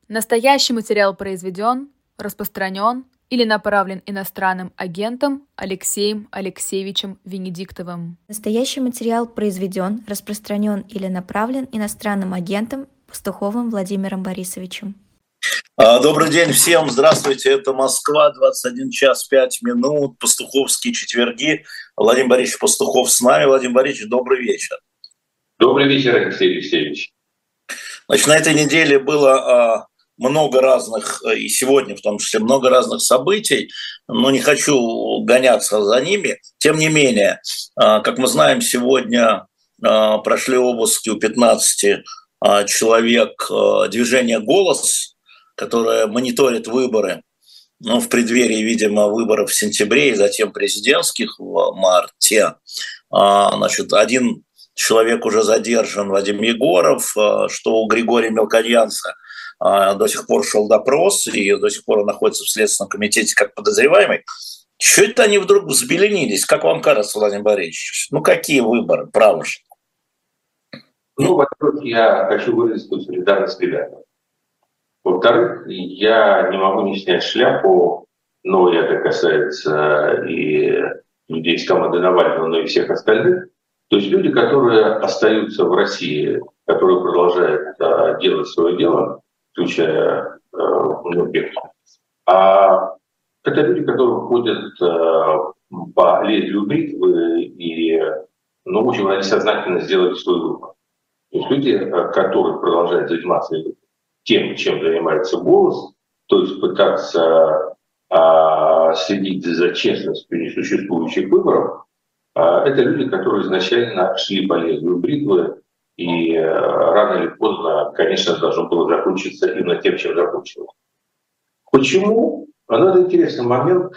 Настоящий материал произведен, распространен или направлен иностранным агентом Алексеем Алексеевичем Венедиктовым. Настоящий материал произведен, распространен или направлен иностранным агентом Пастуховым Владимиром Борисовичем. Добрый день всем, здравствуйте, это Москва, 21 час 5 минут, пастуховские четверги. Владимир Борисович Пастухов с нами. Владимир Борисович, добрый вечер. Добрый вечер, Алексей Алексеевич. Значит, на этой неделе было много разных, и сегодня в том числе, много разных событий, но не хочу гоняться за ними. Тем не менее, как мы знаем, сегодня прошли обыски у 15 человек движения «Голос», которое мониторит выборы, в преддверии, видимо, выборов в сентябре и затем президентских в марте. Значит, один человек уже задержан, Вадим Егоров, что у Григория Мелконьянца до сих пор шел допрос, и до сих пор он находится в Следственном комитете как подозреваемый. Чего это они вдруг взбеленились? Как вам кажется, Владимир Борисович? Какие выборы? Право же. Во-первых, я хочу выразить свою солидарность с ребятами. Во-вторых, я не могу не снять шляпу, но это касается и людей из команды Навального, но и всех остальных. То есть люди, которые остаются в России, которые продолжают делать свое дело, включая многих. А это люди, которые ходят по лезвию бритвы и, в общем, они сознательно сделали свой выбор. То есть люди, которые продолжают заниматься тем, чем занимается «Голос», то есть пытаться следить за честностью несуществующих выборов, это люди, которые изначально шли по лезвию бритвы, и рано или поздно, конечно, должно было закончиться именно тем, чем закончилось. Почему? Это интересный момент,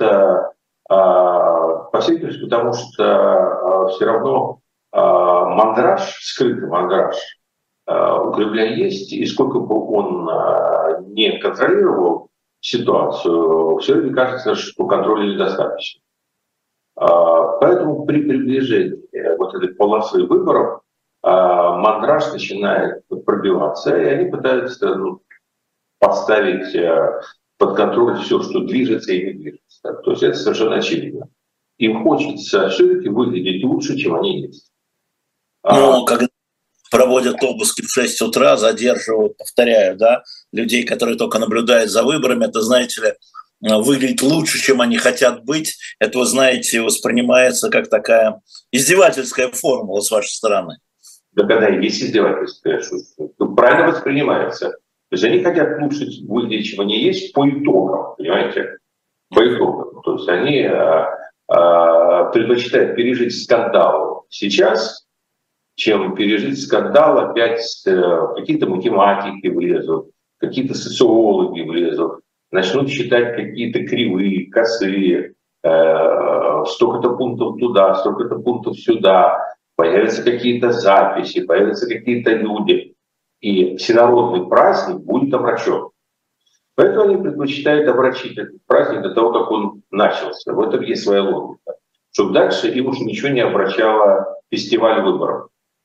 по всей видимости, потому что все равно мандраж, скрытый мандраж у Кремля есть, и сколько бы он не контролировал ситуацию, все время кажется, что контроля недостаточно. Поэтому при приближении этой полосы выборов мандраж начинает пробиваться, и они пытаются поставить под контроль все, что движется и не движется. То есть это совершенно очевидно. Им хочется все-таки выглядеть лучше, чем они есть. Когда проводят обыски в 6 утра, задерживают, повторяю, людей, которые только наблюдают за выборами, это, знаете ли, выглядеть лучше, чем они хотят быть, это, вы знаете, воспринимается как такая издевательская формула с вашей стороны. Да когда есть издевательская шутка, правильно воспринимается. То есть они хотят лучше выглядеть, чем они есть, по итогам, понимаете? По итогам. То есть они предпочитают пережить скандал сейчас, чем пережить скандал опять какие-то математики влезут, какие-то социологи влезут, начнут считать какие-то кривые, косые, столько-то пунктов туда, столько-то пунктов сюда, появятся какие-то записи, появятся какие-то люди, и всенародный праздник будет омрачен. Поэтому они предпочитают омрачить этот праздник до того, как он начался. В этом есть своя логика. Чтобы дальше им уже ничего не омрачало фестиваль выборов.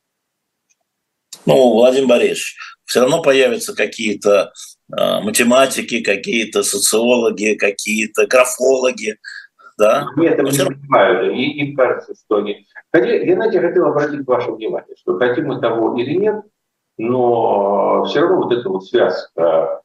Владимир Борисович, все равно появятся какие-то математики, какие-то социологи, какие-то графологи, да? Нет, это не понимаю, им кажется, что они... Я, хотел обратить ваше внимание, что хотим мы того или нет, но все равно эта связка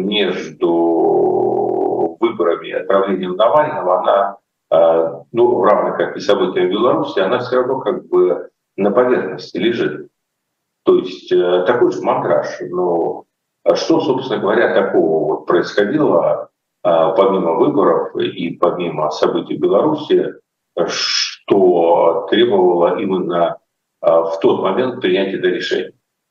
между выборами и отправлением Навального, она, равно как и события в Беларуси, она все равно на поверхности лежит. То есть такой же мандраж. Но что, собственно говоря, такого происходило помимо выборов и помимо событий в Беларуси, что требовало именно в тот момент принять это решение?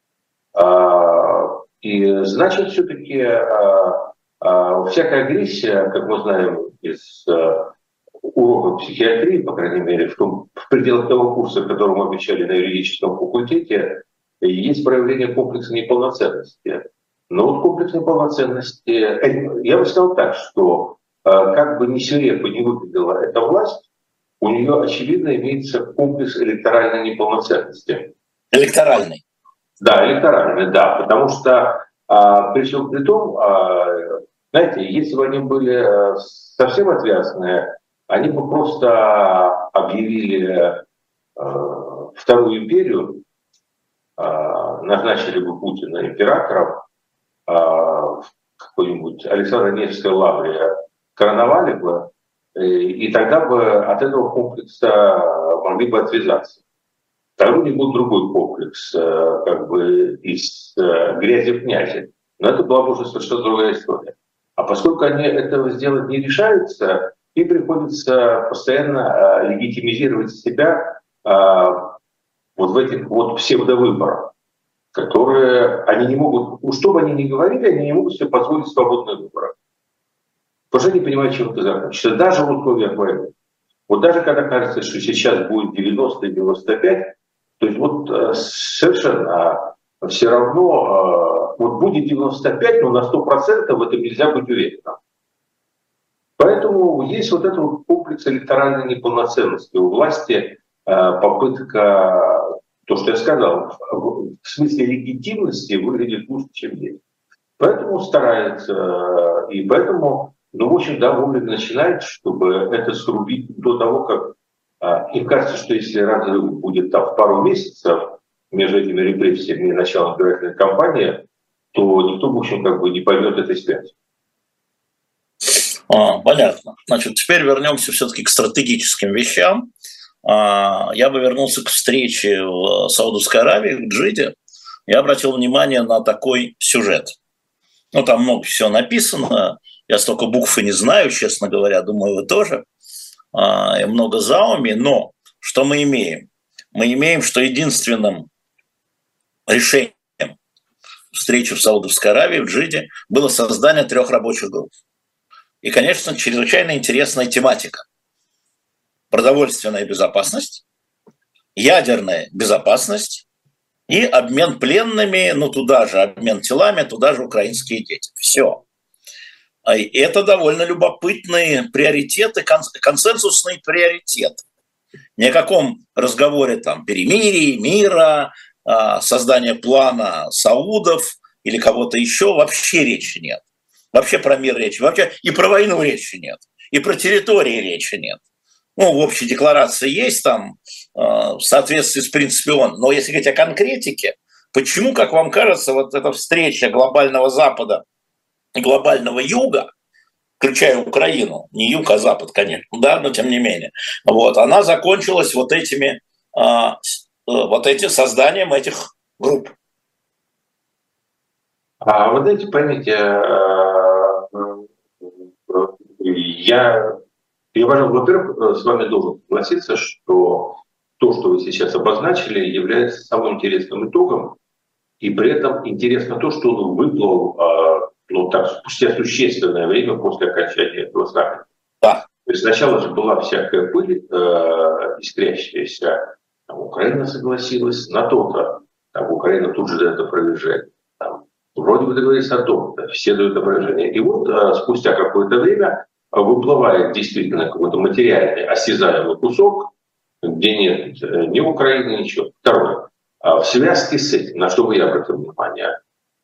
И значит, все-таки всякая агрессия, как мы знаем из уроков психиатрии, по крайней мере, в пределах того курса, который мы обучали на юридическом факультете, есть проявление комплекса неполноценности. Но комплекс неполноценности, я бы сказал так, что как бы ни свирепо не выглядела эта власть, у нее, очевидно, имеется комплекс электоральной неполноценности. Электоральный? Да, электоральный, да, потому что При всем при том, знаете, если бы они были совсем отвязные, они бы просто объявили Вторую империю, назначили бы Путина императором, какой-нибудь Александра Невской лавре короновали бы, и тогда бы от этого комплекса могли бы отвязаться. Тогда у них был другой комплекс, как бы из грязи в князи. Но это была бы уже совершенно другая история. А поскольку они этого сделать не решаются, им приходится постоянно легитимизировать себя вот в этих вот псевдовыборах, которые они не могут, что бы они ни говорили, они не могут себе позволить свободные выборы. Потому что они понимают, чем это закончится. Даже в условиях войны. Вот даже когда кажется, что сейчас будет 90-95, то есть вот совершенно все равно, вот будет 95, но на 100% в этом нельзя быть уверенным. Поэтому есть вот этот вот комплекс электоральной неполноценности у власти, попытка, то, что я сказал, в смысле легитимности выглядит лучше, чем есть. Поэтому старается, и поэтому, ну, в общем, да, вовремя начинает, чтобы это срубить до того, как им кажется, что если разрыв будет там в пару месяцев между этими репрессиями и началом избирательной кампании, то никто, в общем, как бы не поймет этой связи. Понятно. Значит, теперь вернемся все-таки к стратегическим вещам. Я бы вернулся к встрече в Саудовской Аравии, в Джидде. Я обратил внимание на такой сюжет. Ну, там много всего написано. Я столько букв и не знаю, честно говоря. Думаю, вы тоже. И много за уми. Но что мы имеем? Мы имеем, что единственным решением встречи в Саудовской Аравии, в Джидде, было создание 3 рабочих групп. И, конечно, чрезвычайно интересная тематика. Продовольственная безопасность, ядерная безопасность и обмен пленными, ну туда же обмен телами, туда же украинские дети. Все. И это довольно любопытные приоритеты, консенсусный приоритет. Ни о каком разговоре там перемирия, мира, создания плана саудов или кого-то еще вообще речи нет. Вообще про мир речи, вообще и про войну речи нет, и про территории речи нет. Ну, в общей декларации есть там в соответствии с принципом ООН, но если говорить о конкретике, почему, как вам кажется, вот эта встреча глобального Запада и глобального Юга, включая Украину, не Юг, а Запад, конечно, да, но тем не менее, вот, она закончилась вот этим созданием этих групп? Вы знаете, поймите, я, пожалуй, во-первых, с вами должен согласиться, что то, что вы сейчас обозначили, является самым интересным итогом. И при этом интересно то, что он выплыл спустя существенное время после окончания этого саммита. Да. То есть сначала же была всякая пыль искрящаяся. Там Украина согласилась на то-то. Там Украина тут же дает опровержение. Вроде бы договорились о том-то. Все дают опровержение. И вот спустя какое-то время выплывает действительно какой-то материальный, осязаемый кусок, где нет ни Украины, ничего. Второе. В связке с этим, на что бы я обратил внимание,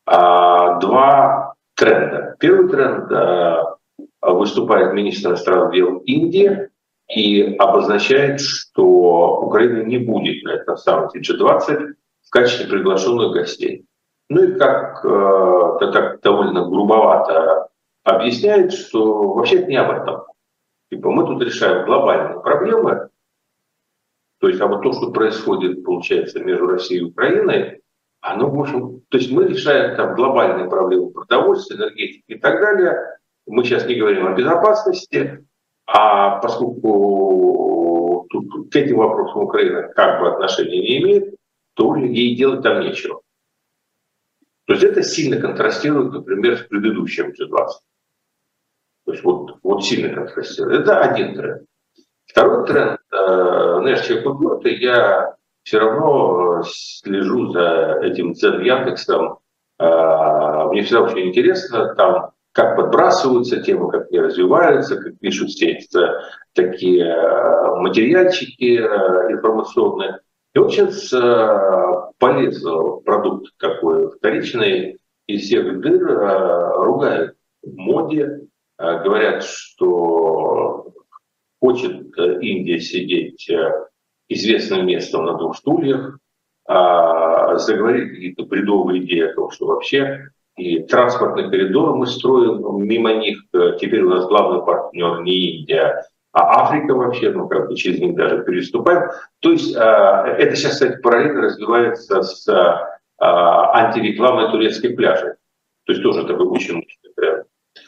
2 тренда. Первый тренд выступает министр иностранных дел Индии и обозначает, что Украина не будет на этом саммите G20 в качестве приглашенных гостей. Ну и как так довольно грубовато объясняет, что вообще это не об этом. Типа мы тут решаем глобальные проблемы, то есть, а вот то, что происходит, получается, между Россией и Украиной, оно, в общем, то есть мы решаем там глобальные проблемы продовольствия, энергетики и так далее. Мы сейчас не говорим о безопасности, а поскольку тут к этим вопросам Украина как бы отношения не имеет, то ей делать там нечего. То есть это сильно контрастирует, например, с предыдущим G20. То есть вот сильно контрастирует. Это один тренд. Второй тренд, знаешь, человек я все равно слежу за этим Дзен Яндексом. Мне всегда очень интересно, там, как подбрасываются темы, как они развиваются, как пишут все эти такие материальчики информационные. И вот сейчас полез продукт такой вторичный, из всех дыр ругают Моди, говорят, что хочет Индия сидеть известным местом на двух стульях, заговорить какие-то бредовые идеи о том, что вообще и транспортный коридор мы строим мимо них. Теперь у нас главный партнер не Индия, а Африка вообще, ну как бы через них даже переступаем. То есть это сейчас, кстати, параллельно развивается с антирекламой турецких пляжей. То есть тоже такой очень мощный тренд.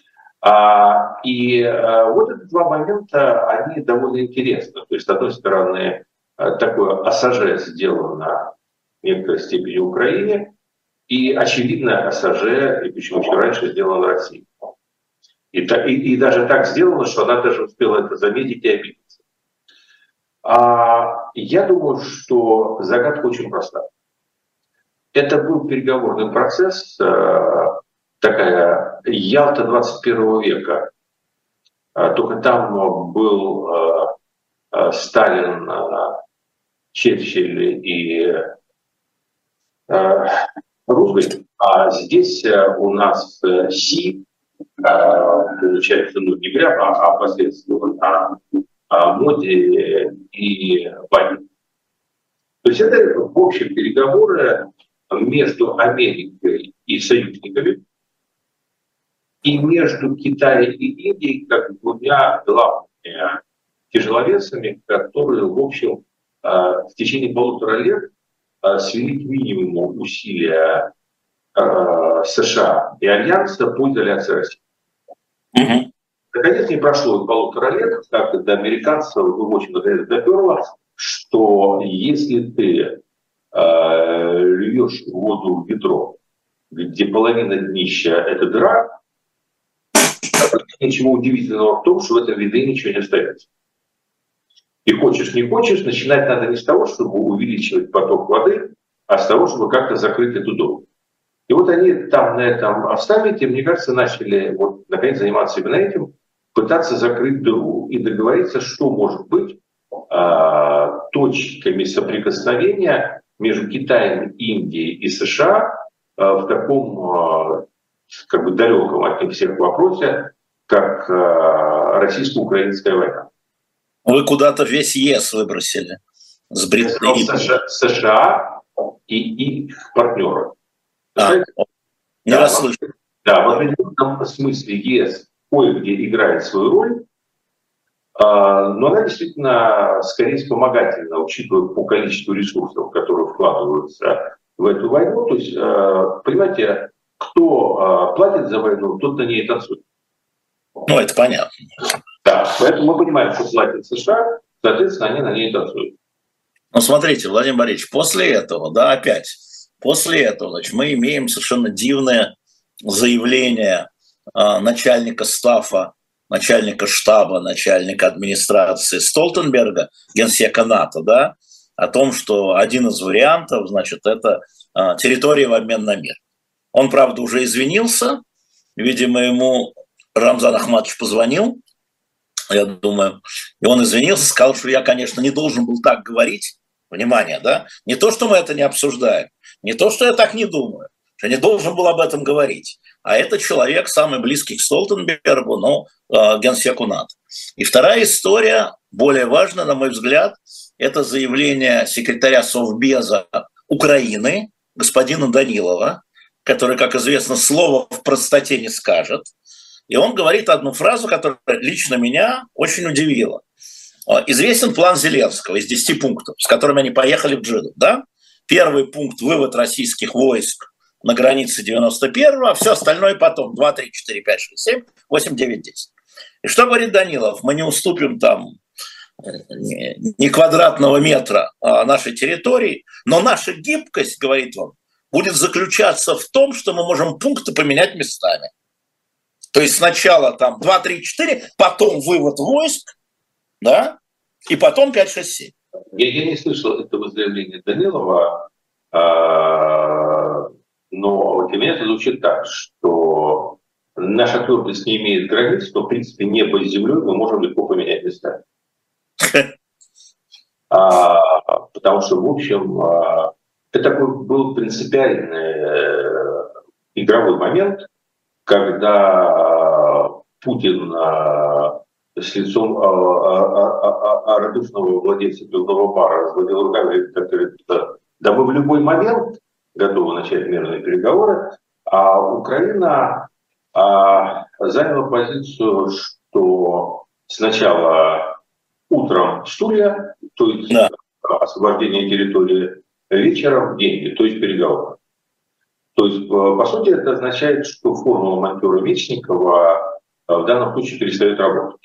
Вот эти два момента, они довольно интересны. То есть, с одной стороны, такое ОСЖ сделано в некоторой степени в Украине, и очевидно ОСЖ, и почему еще раньше сделано в России. И даже так сделано, что она даже успела это заметить и обидеться. Я думаю, что загадка очень проста. Это был переговорный процесс, такая Ялта 21 века. Только там был Сталин, Черчилль и Рузвельт, а здесь у нас Си, получается, ну не прямо, а последствия, Моди и Байден. То есть это, в общем, переговоры между Америкой и союзниками и между Китаем и Индией как двумя главными тяжеловесами, которые, в общем, в течение 1,5 лет свели к минимуму усилия США и Альянса по изоляции России. Mm-hmm. Наконец, не прошло 1,5 лет, как до американцев очень наконец доперло, что если ты льешь воду в ведро, где половина днища – это дыра, ничего удивительного в том, что в этом ведре ничего не остается. И хочешь, не хочешь, начинать надо не с того, чтобы увеличивать поток воды, а с того, чтобы как-то закрыть эту дыру. И вот они там на этом саммите, мне кажется, начали вот, наконец заниматься именно этим, пытаться закрыть дыру и договориться, что может быть точками соприкосновения между Китаем, Индией и США в таком как бы далеком от них всех вопросе, как российско-украинская война. Вы куда-то весь ЕС выбросили с Британией. США и партнеры. Не расслышал. Да, в определенном смысле ЕС кое-где играет свою роль, но она действительно скорее вспомогательна, учитывая по количеству ресурсов, которые вкладываются в эту войну. То есть, понимаете, кто платит за войну, тот на ней танцует. Ну, это понятно. Да, поэтому мы понимаем, что платят США, соответственно, они на ней танцуют. Ну, смотрите, Владимир Борисович, после этого, да, опять, после этого, значит, мы имеем совершенно дивное заявление начальника стафа, начальника штаба, начальника администрации Столтенберга, генсека НАТО, да, о том, что один из вариантов, значит, это территория в обмен на мир. Он, правда, уже извинился, видимо, ему Рамзан Ахматович позвонил, я думаю, и он извинился, сказал, что я, конечно, не должен был так говорить, внимание, да, не то, что мы это не обсуждаем, не то, что я так не думаю, что не должен был об этом говорить, а это человек, самый близкий к Столтенбергу, но генсеку НАТО. И вторая история, более важная, на мой взгляд, это заявление секретаря Совбеза Украины, господина Данилова, который, как известно, слова в простоте не скажет. И он говорит одну фразу, которая лично меня очень удивила. Известен план Зеленского из 10 пунктов, с которыми они поехали в Джиду. Да? Первый пункт – вывод российских войск на границе 91-го, а все остальное потом. 2, 3, 4, 5, 6, 7, 8, 9, 10. И что говорит Данилов? Мы не уступим там ни квадратного метра нашей территории, но наша гибкость, говорит он, будет заключаться в том, что мы можем пункты поменять местами. То есть сначала там 2, 3, 4, потом вывод войск, да, и потом 5, 6, 7. Я не слышал этого заявления Данилова, но для меня это звучит так, что наша твердость не имеет границ, но в принципе небо и землю мы можем легко поменять местами. Потому что, в общем, это такой был принципиальный игровой момент, когда Путин с лицом радушного владельца пивного бара разводил руками, как говорится, да мы в любой момент готовы начать мирные переговоры, а Украина заняла позицию, что сначала утром стулья, то есть освобождение территории, вечером деньги, то есть переговоры. То есть, по сути, это означает, что формула монтера Мечникова в данном случае перестает работать.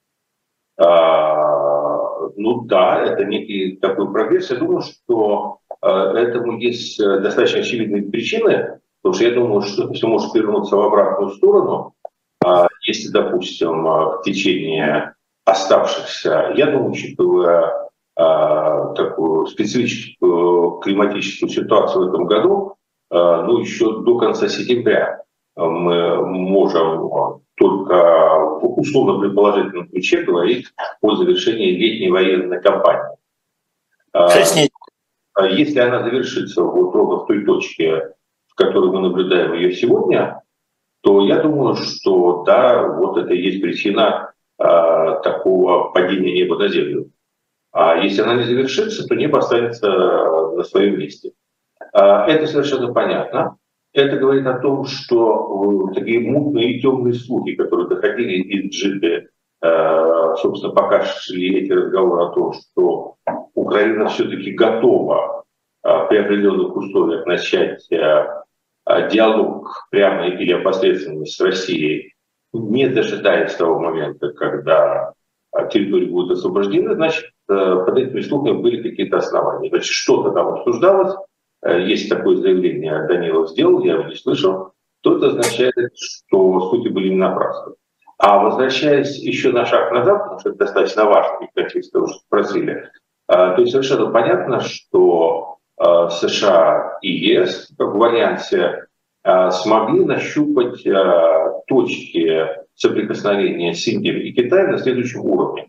Ну да, это некий такой прогресс. Я думаю, что этому есть достаточно очевидные причины, потому что я думаю, что это все может вернуться в обратную сторону, если, допустим, в течение оставшихся, я думаю, учитывая такую специфическую климатическую ситуацию в этом году, ну, еще до конца сентября мы можем только в условно предположительном ключе говорить о завершении летней военной кампании. 6 недель. Если она завершится вот ровно в той точке, в которой мы наблюдаем ее сегодня, то я думаю, что да, вот это и есть причина такого падения неба на землю. А если она не завершится, то небо останется на своем месте. Это совершенно понятно. Это говорит о том, что такие мутные и темные слухи, которые доходили из Джиды, собственно, пока шли эти разговоры о том, что Украина все-таки готова при определенных условиях начать диалог прямо или опосредованно с Россией, не дожидаясь того момента, когда территории будут освобождены, значит, под этими слухами были какие-то основания. Значит, что-то там обсуждалось, если такое заявление Данилов сделал, я его не слышал, то это означает, что слухи были не напрасны. А возвращаясь еще на шаг назад, потому что это достаточно важно в контексте того, что спросили, то есть совершенно понятно, что США и ЕС в альянсе смогли нащупать точки соприкосновения с Индией и Китаем на следующем уровне.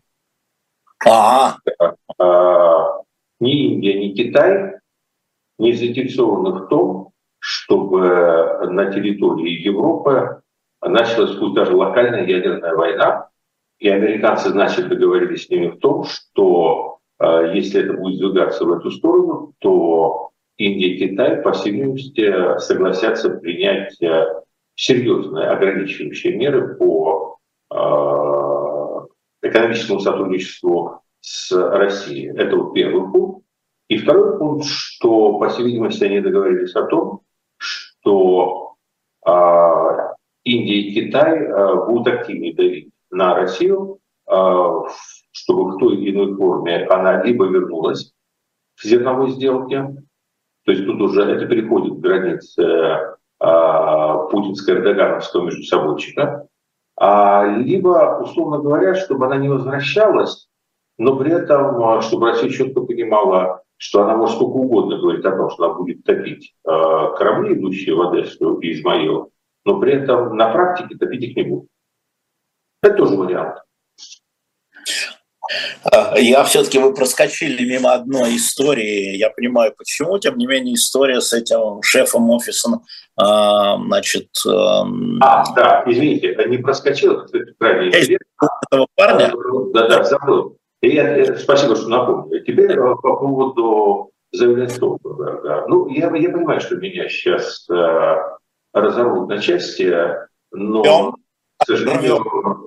Ни Индия, ни Китай не заинтересованы в том, чтобы на территории Европы началась пусть даже локальная ядерная война, и американцы, значит, договорились с ними в том, что если это будет двигаться в эту сторону, то Индия и Китай, по всей видимости, согласятся принять серьезные ограничивающие меры по экономическому сотрудничеству с Россией. Это вот первый пункт. И второй пункт, что, по всей видимости, они договорились о том, что Индия и Китай будут активнее давить на Россию, чтобы в той или иной форме она либо вернулась к зерновой сделке, то есть тут уже это переходит в границы путинско-эрдогановского междусобойчика, либо, условно говоря, чтобы она не возвращалась, но при этом, чтобы Россия четко понимала, что она может сколько угодно говорить о том, что она будет топить корабли, идущие в Одессу и Измаил, но при этом на практике топить их не будет. Это тоже вариант. Я все-таки вы проскочили мимо одной истории, я понимаю почему, тем не менее история с этим шефом офиса, значит... Да, извините, не проскочил, это правильно. Этого парня? Да, забыл. Спасибо, что напомнили. Теперь по поводу заявления Столтенберга. Ну, я понимаю, что меня сейчас разорвут на части, но, к сожалению,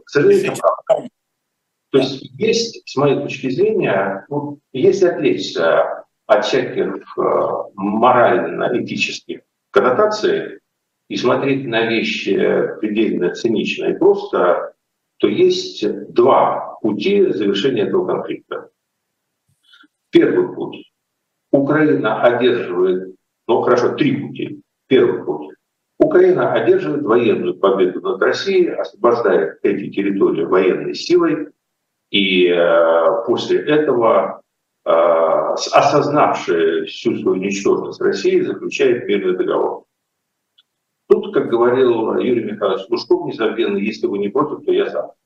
то есть есть, с моей точки зрения, если отвлечься от всяких морально-этических коннотаций и смотреть на вещи предельно цинично и просто, то есть два пути завершения этого конфликта. Первый путь. Украина одерживает, три пути. Первый путь. Украина одерживает военную победу над Россией, освобождает эти территории военной силой, и после этого, осознавшая всю свою ничтожность России, заключает мирный договор. Тут, как говорил Юрий Михайлович Лужков, незабвенно, если вы не против, то я за.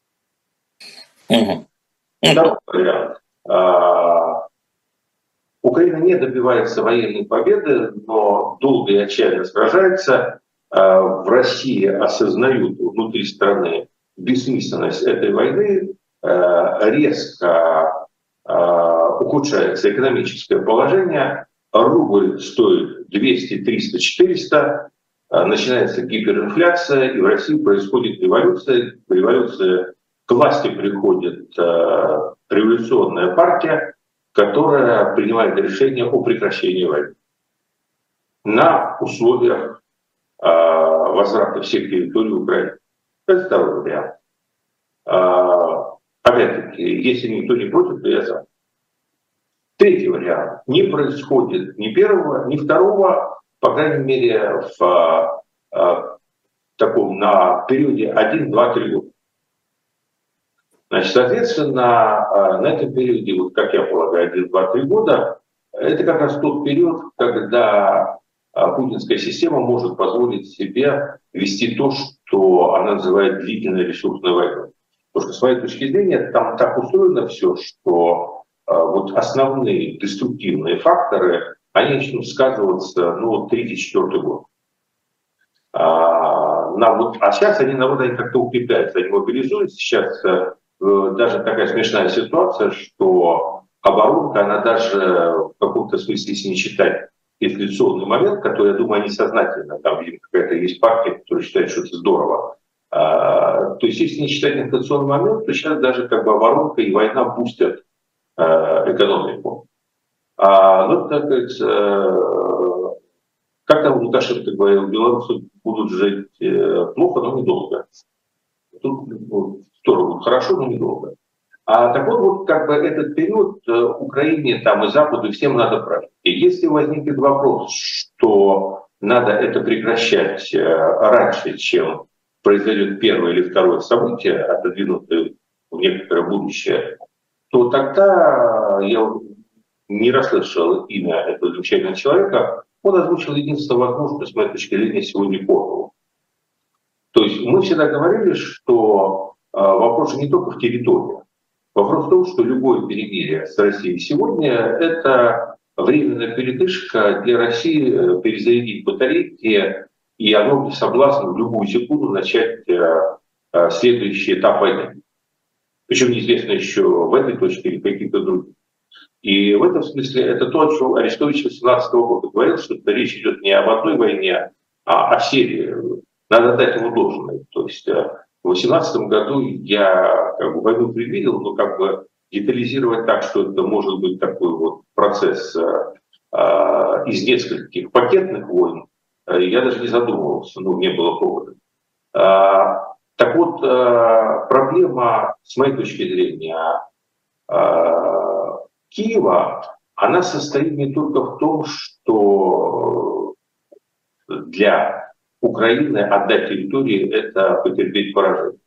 Второй вариант. Украина не добивается военной победы, но долго и отчаянно сражается в России осознают внутри страны бессмысленность этой войны, резко ухудшается экономическое положение, рубль стоит 200, 300, 400, начинается гиперинфляция, и в России происходит революция. Революция к власти приходит революционная партия, которая принимает решение о прекращении войны на условиях возврата всех территорий Украины. Это второй вариант. Опять-таки, если никто не против, то я за. Третий вариант. Не происходит ни первого, ни второго, по крайней мере, в таком на периоде 1, 2, 3 года. Значит, соответственно, на этом периоде, вот как я полагаю, 1, 2, 3 года, это как раз тот период, когда путинская система может позволить себе вести то, что она называет длительной ресурсной войной. Потому что с моей точки зрения там так устроено все, что вот основные деструктивные факторы, они начнут сказываться, ну, 3-4 год. А сейчас они, наоборот, они как-то укрепляются, они мобилизуются. Сейчас даже такая смешная ситуация, что оборонка, она даже в каком-то смысле, если не считать инфляционный момент, который, я думаю, они сознательно, там, видимо, какая-то есть партия, которая считает, что это здорово. То есть, если не считать инфляционный момент, то сейчас даже как бы оборонка и война бустят экономику. Ну, так сказать, как там Лукашенко говорил, белорусы будут жить плохо, но недолго. Тут в сторону хорошо, но недолго. Так вот, как бы этот период Украине там, и Западу всем надо прожить. И если возникнет вопрос, что надо это прекращать раньше, чем произойдет первое или второе событие, отодвинутое в некоторое будущее, то тогда я не расслышал имя этого замечательного человека, он озвучил единственное возможное, с моей точки зрения, сегодня формулу. То есть мы всегда говорили, что вопрос же не только в территории. Вопрос в том, что любое перемирие с Россией сегодня – это временная передышка для России перезарядить батарейки, и оно без соблазна в любую секунду начать следующий этап войны. Причем неизвестно еще в этой точке или каких-то других. И в этом смысле это то, о чем Арестович 18 года говорил, что речь идет не об одной войне, а о серии. Надо дать ему должное. То есть в 2018 году я как бы войну предвидел, но как бы детализировать так, что это может быть такой вот процесс из нескольких пакетных войн, я даже не задумывался, ну, не было повода. Так вот, проблема, с моей точки зрения, Киева, она состоит не только в том, что для Украины отдать территории – это потерпеть поражение.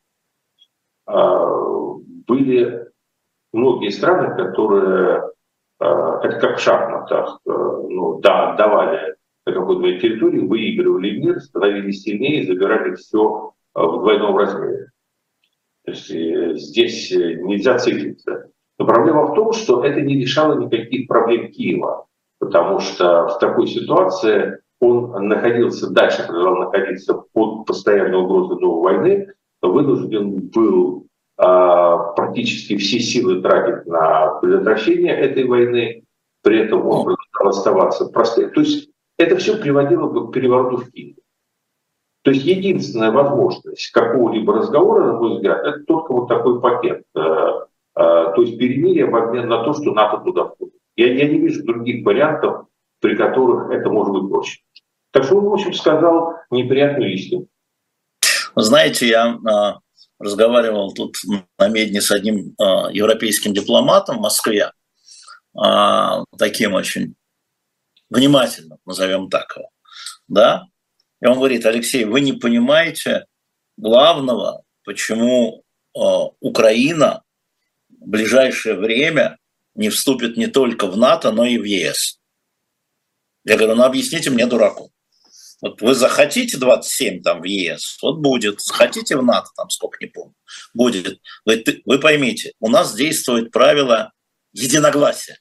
Были многие страны, которые, это как в шахматах, ну, да, отдавали какой-то территории, выигрывали мир, становились сильнее, забирали все в двойном размере. То есть здесь нельзя циклиться. Но проблема в том, что это не решало никаких проблем Киева, потому что в такой ситуации он находился, дальше продолжал находиться под постоянной угрозой новой войны, вынужден был практически все силы тратить на предотвращение этой войны, при этом он продолжал оставаться простым. То есть это все приводило к перевороту в Киеве. То есть единственная возможность какого-либо разговора, на мой взгляд, это только вот такой пакет. То есть перемирие в обмен на то, что НАТО туда входит. Я не вижу других вариантов, при которых это может быть проще. Так что он, в общем, сказал неприятную истину. Знаете, я разговаривал тут на медне с одним европейским дипломатом в Москве, таким очень внимательным, назовем так его, да? И он говорит: Алексей, вы не понимаете главного, почему Украина в ближайшее время не вступит не только в НАТО, но и в ЕС. Я говорю: ну объясните мне, дураку. Вот вы захотите 27 там в ЕС, вот будет. Захотите в НАТО, там сколько, не помню, будет. Вы поймите, у нас действует правило единогласия.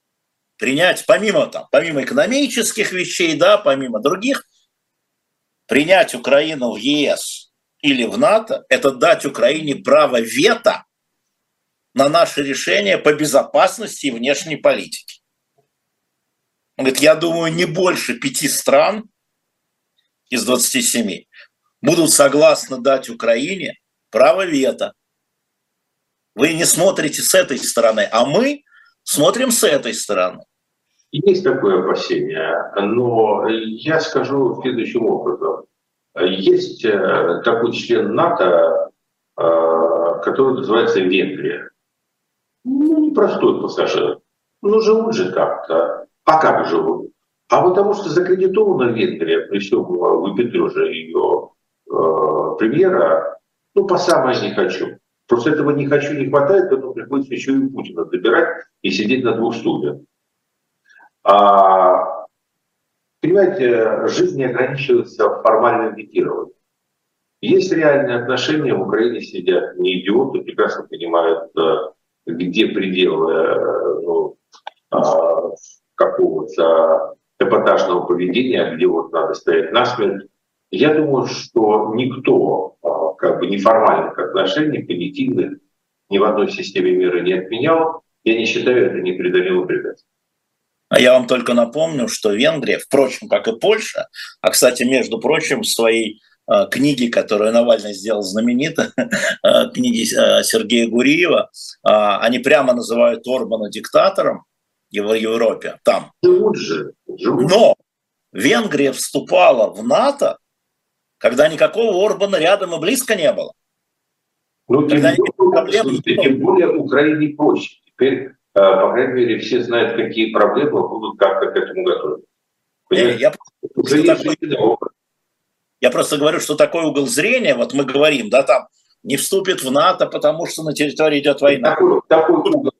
Принять помимо экономических вещей, да, помимо других, Принять Украину в ЕС или в НАТО – это дать Украине право вето на наши решения по безопасности и внешней политике. Он говорит, я думаю, не больше 5 стран из 27 будут согласны дать Украине право вето. Вы не смотрите с этой стороны, а мы смотрим с этой стороны. Есть такое опасение, но я скажу следующим образом. Есть такой член НАТО, который называется Венгрия. Ну, непростой пассажир. Ну, живут же как-то. А как живут? А потому что закредитована Венгрия, при всем выпендрёже ее премьера, ну, по самое не хочу. Просто этого не хочу не хватает, поэтому приходится еще и Путина добирать и сидеть на 2 стульях. Понимаете, жизнь не ограничивается формальным витированием. Есть реальные отношения, в Украине сидят не идиоты, прекрасно понимают, где пределы какого-то эпатажного поведения, где вот надо стоять насмерть. Я думаю, что никто неформальных отношений, понятийных, ни в одной системе мира не отменял. Я не считаю это непреодолимым препятствием. А я вам только напомню, что Венгрия, впрочем, как и Польша, а, кстати, между прочим, в своей книге, которую Навальный сделал знаменитой, книги Сергея Гуриева, они прямо называют Орбана диктатором в Европе, там. Живут же. Но Венгрия вступала в НАТО, когда никакого Орбана рядом и близко не было. Ну, тем более Украине проще. Теперь, по крайней мере, все знают, какие проблемы будут, как к этому готовиться. Я просто говорю, что такой угол зрения, вот мы говорим, да, там, не вступит в НАТО, потому что на территории идет война. Такой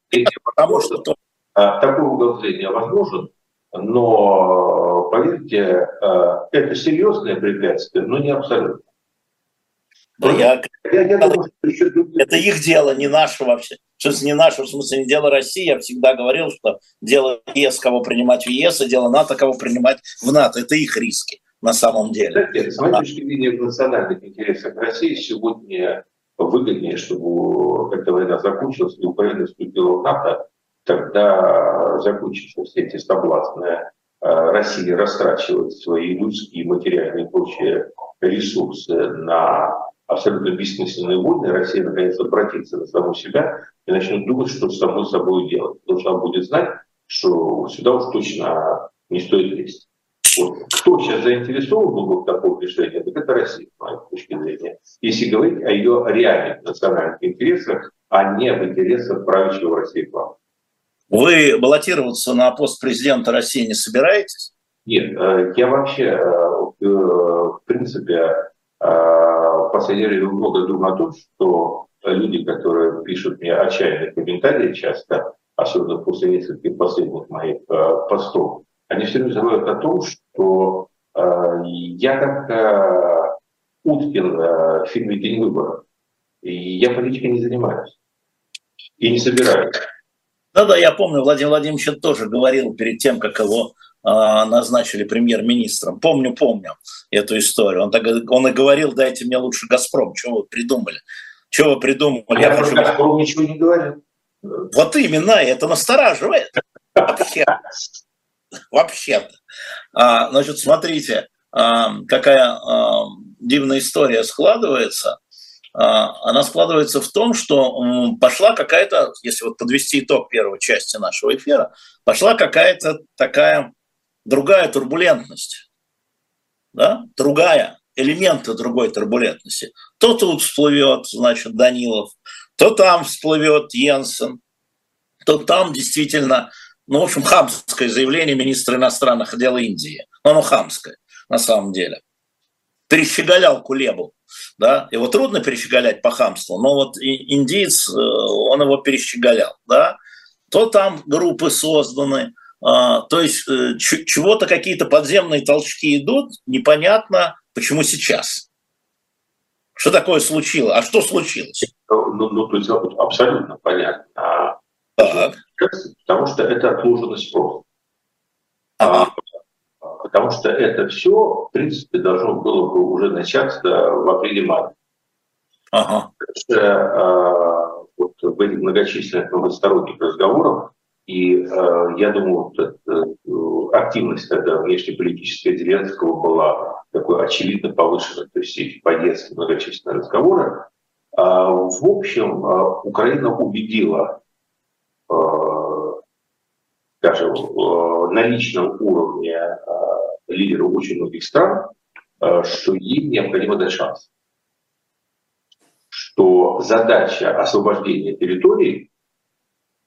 угол зрения возможен, но, поверьте, это серьезное препятствие, но не абсолютно. Да, это их дело, не наше вообще. Что не наше, в смысле, не дело России. Я всегда говорил, что дело ЕС, кого принимать в ЕС, и дело НАТО, кого принимать в НАТО. Это их риски на самом деле. С моей точки зрения, в национальных интересах России сегодня выгоднее, чтобы эта война закончилась, и Украина вступила в НАТО, тогда закончатся все эти соблазны России растрачивать свои людские, материальные и прочие ресурсы на абсолютно бессмысленные войны. Россия наконец обратится на саму себя и начнет думать, что с самой собой делать. Потому что она будет знать, что сюда уж точно не стоит лезть. Вот. Кто сейчас заинтересован был в таком решении, так это Россия, с моей точки зрения. Если говорить о ее реальных национальных интересах, а не об интересах правящего России клана. Вы баллотироваться на пост президента России не собираетесь? Нет, я вообще, в принципе, в последнее время много думаю о том, что люди, которые пишут мне отчаянные комментарии часто, особенно после нескольких последних моих постов, они все время забывают о том, что я как Уткин в фильме «День выборов». И я политикой не занимаюсь. И не собираюсь. Да, я помню, Владимир Владимирович тоже говорил перед тем, как его назначили премьер-министром. Помню эту историю. Он и говорил, дайте мне лучше «Газпром». Что вы придумали? Я про «Газпром» ничего не говорил. Вот именно, это настораживает. Вообще-то. Значит, смотрите, какая дивная история складывается. Она складывается в том, что пошла какая-то, если вот подвести итог первой части нашего эфира, пошла какая-то такая другая турбулентность. Да? Элементы другой турбулентности. То тут всплывет, значит, Данилов, то там всплывет Йенсен, то там действительно, в общем, хамское заявление министра иностранных дел Индии. Оно хамское, на самом деле. Перещеголял Кулебу. Да? Его трудно перещеголять по хамству, но вот индиец, он его перещеголял. Да? То там группы созданы, то есть чего-то, какие-то подземные толчки идут, непонятно, почему сейчас. Что такое случилось? А что случилось? То есть абсолютно понятно. Так. Потому что это отложенный спрос. Потому потому что это все, в принципе, должно было бы уже начаться в апреле-мае. Ага. Вот в этих многочисленных многосторонних разговорах, и я думаю, вот активность тогда внешнеполитическая Зеленского была такой очевидно повышенной, то есть эти поездки, многочисленные разговоры. В общем, Украина убедила, скажем, на личном уровне лидеров очень многих стран, что ей необходимо дать шанс. Что задача освобождения территорий –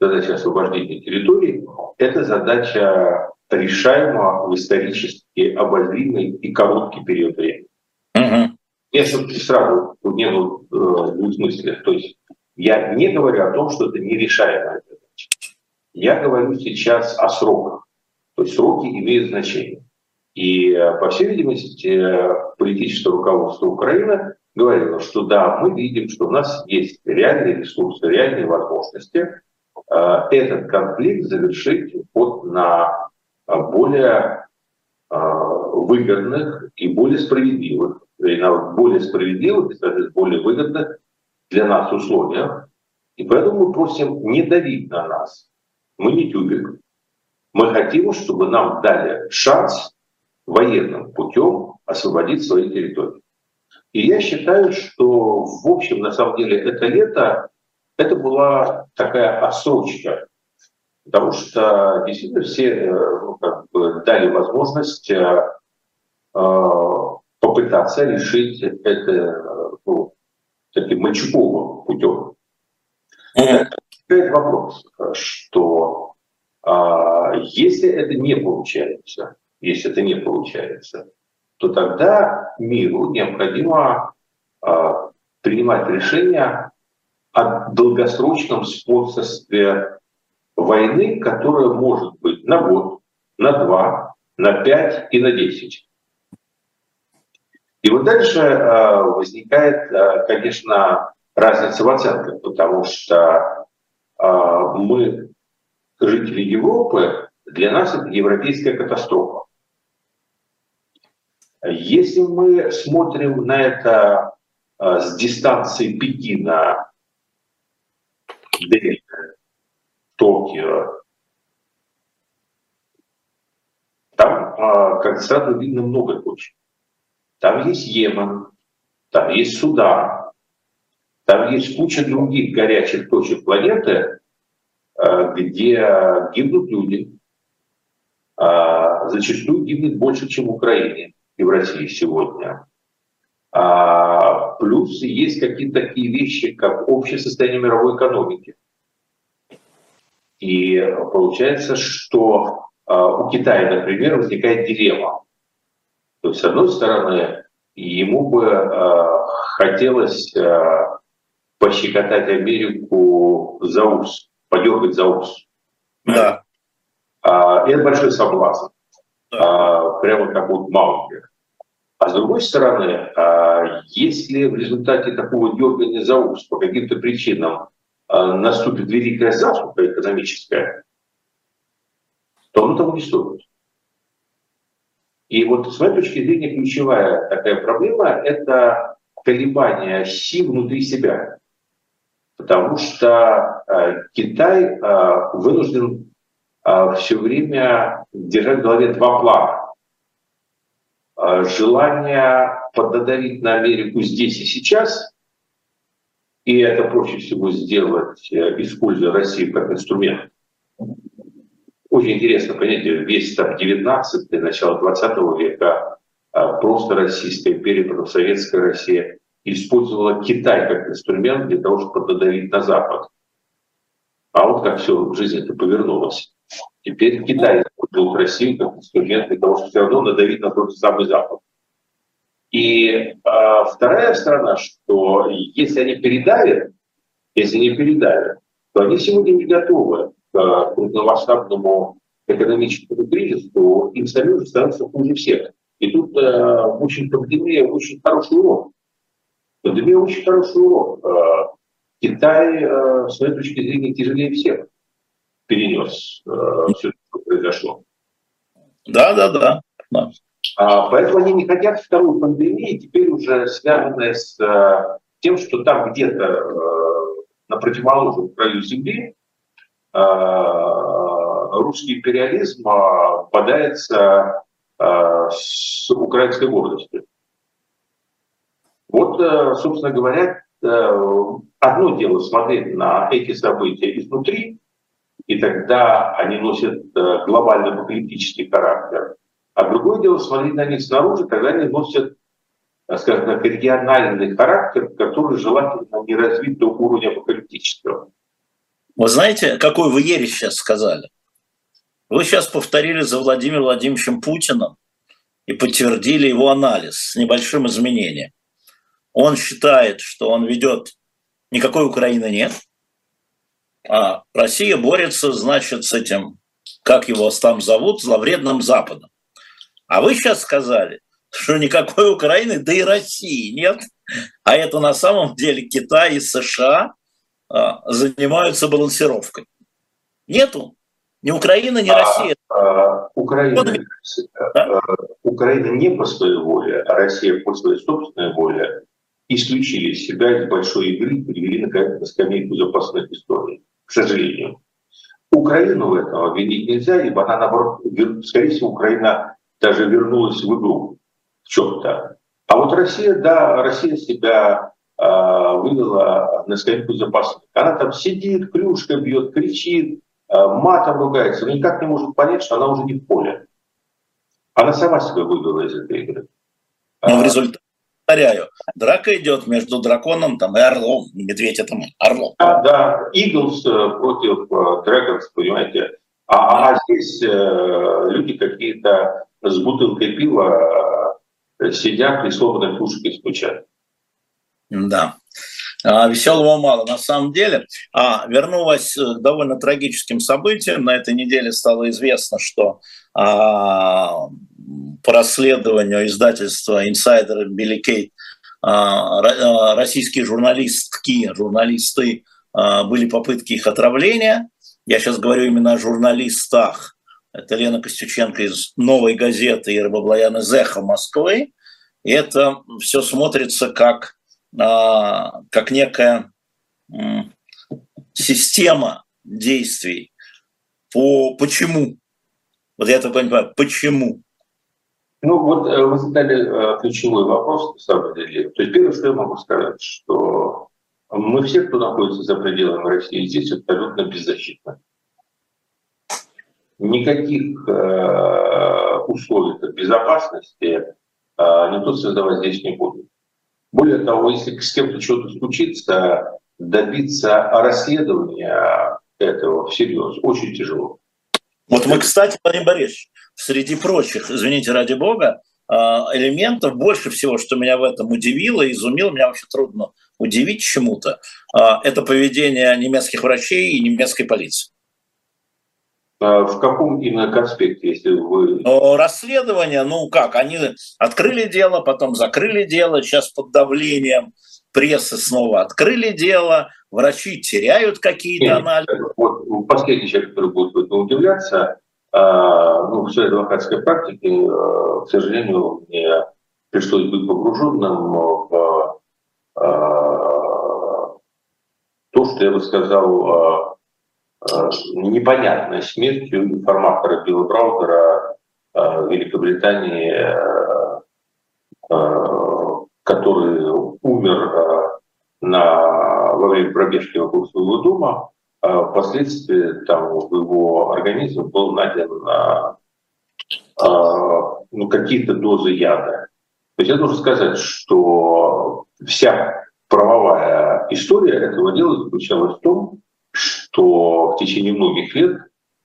это задача решаема в исторически обозримый и короткий период времени. Я сразу не был двусмыслен. То есть я не говорю о том, что это нерешаемая задача. Я говорю сейчас о сроках. То есть сроки имеют значение. И, по всей видимости, политическое руководство Украины говорило, что да, мы видим, что у нас есть реальные ресурсы, реальные возможности этот конфликт завершить вот на более выгодных и более справедливых, и более выгодных для нас условиях. И поэтому мы просим не давить на нас. Мы не тюбик. Мы хотим, чтобы нам дали шанс военным путем освободить свои территории. И я считаю, что, в общем, на самом деле, это лето, это была такая отсрочка, потому что действительно все дали возможность попытаться решить это таким мальчуковым путем. Возникает вопрос, что если это не получается, то тогда миру необходимо принимать решения о долгосрочном спонсорстве войны, которая может быть на год, на 2, на 5 и на 10. И вот дальше возникает, конечно, разница в оценках, потому что мы, жители Европы, для нас это европейская катастрофа. Если мы смотрим на это с дистанции Пекина, Дели, Токио, там, как сразу видно, много точек. Там есть Йемен, там есть Судан, там есть куча других горячих точек планеты, где гибнут люди. Зачастую гибнет больше, чем в Украине и в России сегодня. Плюс есть какие-то такие вещи, как общее состояние мировой экономики. И получается, что у Китая, например, возникает дилемма. То есть, с одной стороны, ему бы хотелось пощекотать Америку за ус, подергать за ус. Да. И это большой соблазн. Прямо как вот Маунтер. А с другой стороны, если в результате такого дергания за ус по каким-то причинам наступит великая засуха экономическая, то оно того не стоит. И вот с моей точки зрения ключевая такая проблема – это колебания сил внутри себя. Потому что Китай вынужден все время держать в голове два плана. Желание поддавить на Америку здесь и сейчас, и это проще всего сделать, используя Россию как инструмент. Очень интересно понятие, весь там 19-й, начало 20 века просто Российская империя, потом Советская Россия использовала Китай как инструмент для того, чтобы надавить на Запад. А вот как все в жизни-то повернулось. Теперь Китай использует Россию как инструмент для того, чтобы все равно надавить на тот же самый Запад. И вторая сторона, что если они передавят, то они сегодня не готовы к крупномасштабному экономическому кризису, им самим же становится хуже всех. И тут пандемия очень хороший урок. Китай, с моей точки зрения, тяжелее всех перенес все, что произошло. Да. Поэтому они не хотят второй пандемии, теперь уже связанной с тем, что там где-то на противоположном краю земли русский империализм бодается с украинской гордостью. Вот, собственно говоря, одно дело смотреть на эти события изнутри, и тогда они носят глобально-политический характер. А другое дело смотреть на них снаружи, тогда они носят, скажем так, региональный характер, который желательно не развит до уровня апокалиптического. Вы знаете, какой вы ересь сейчас сказали? Вы сейчас повторили за Владимиром Владимировичем Путиным и подтвердили его анализ с небольшим изменением. Он считает, что он ведет, никакой Украины нет, а Россия борется, значит, с этим, как его там зовут, зловредным Западом. А вы сейчас сказали, что никакой Украины, да и России нет, а это на самом деле Китай и США занимаются балансировкой. Нету ни Украины, ни России. Украина не по своей воле, а Россия по своей собственной воле исключили себя из большой игры, привели на скамейку запасных историй, к сожалению. Украину в этом винить нельзя, ибо она, наоборот, скорее всего, Украина даже вернулась в игру в чем-то. А вот Россия, да, Россия себя вывела на скамейку запасных. Она там сидит, клюшкой бьет, кричит, матом ругается, но никак не может понять, что она уже не в поле. Она сама себя вывела из этой игры. Но в результате, повторяю, драка идет между драконом там, и орлом, медведь это орлом. Да, Eagles против Dragons, понимаете. А здесь люди какие-то с бутылкой пива сидят и сломанной пушкой стучат. Да. Веселого мало на самом деле. Верну вас к довольно трагическим событиям. На этой неделе стало известно, что по расследованию издательства «Инсайдер» Билли Кейт российские журналисты были попытки их отравления. Я сейчас говорю именно о журналистах. Это Лена Костюченко из «Новой газеты» и Рабаблоян из «Эхо Москвы». И это все смотрится как некая система действий. Почему? Вот я только не понимаю, почему? Ну вот вы задали ключевой вопрос, на самом деле. То есть первое, что я могу сказать, что мы все, кто находится за пределами России, здесь абсолютно беззащитны. Никаких условий безопасности никто создавать здесь не будет. Более того, если с кем-то что-то случится, добиться расследования этого всерьез очень тяжело. Вот мы, кстати, Владимир Борисович, среди прочих, извините, ради бога, элементов больше всего, что меня в этом удивило, изумило, меня вообще трудно удивить чему-то, это поведение немецких врачей и немецкой полиции. В каком именно конспекте, если вы... Расследование, они открыли дело, потом закрыли дело, сейчас под давлением прессы снова открыли дело, врачи теряют какие-то анализы. Вот последний человек, который будет в этом удивляться, в своей адвокатской практике, к сожалению, мне пришлось быть погруженным в то, что я бы сказал, непонятной смертью информатора Билла Браузера в Великобритании, который умер во время пробежки вокруг своего дома. Впоследствии в его организм был найден какие-то дозы яда. То есть я должен сказать, что вся правовая история этого дела заключалась в том, что в течение многих лет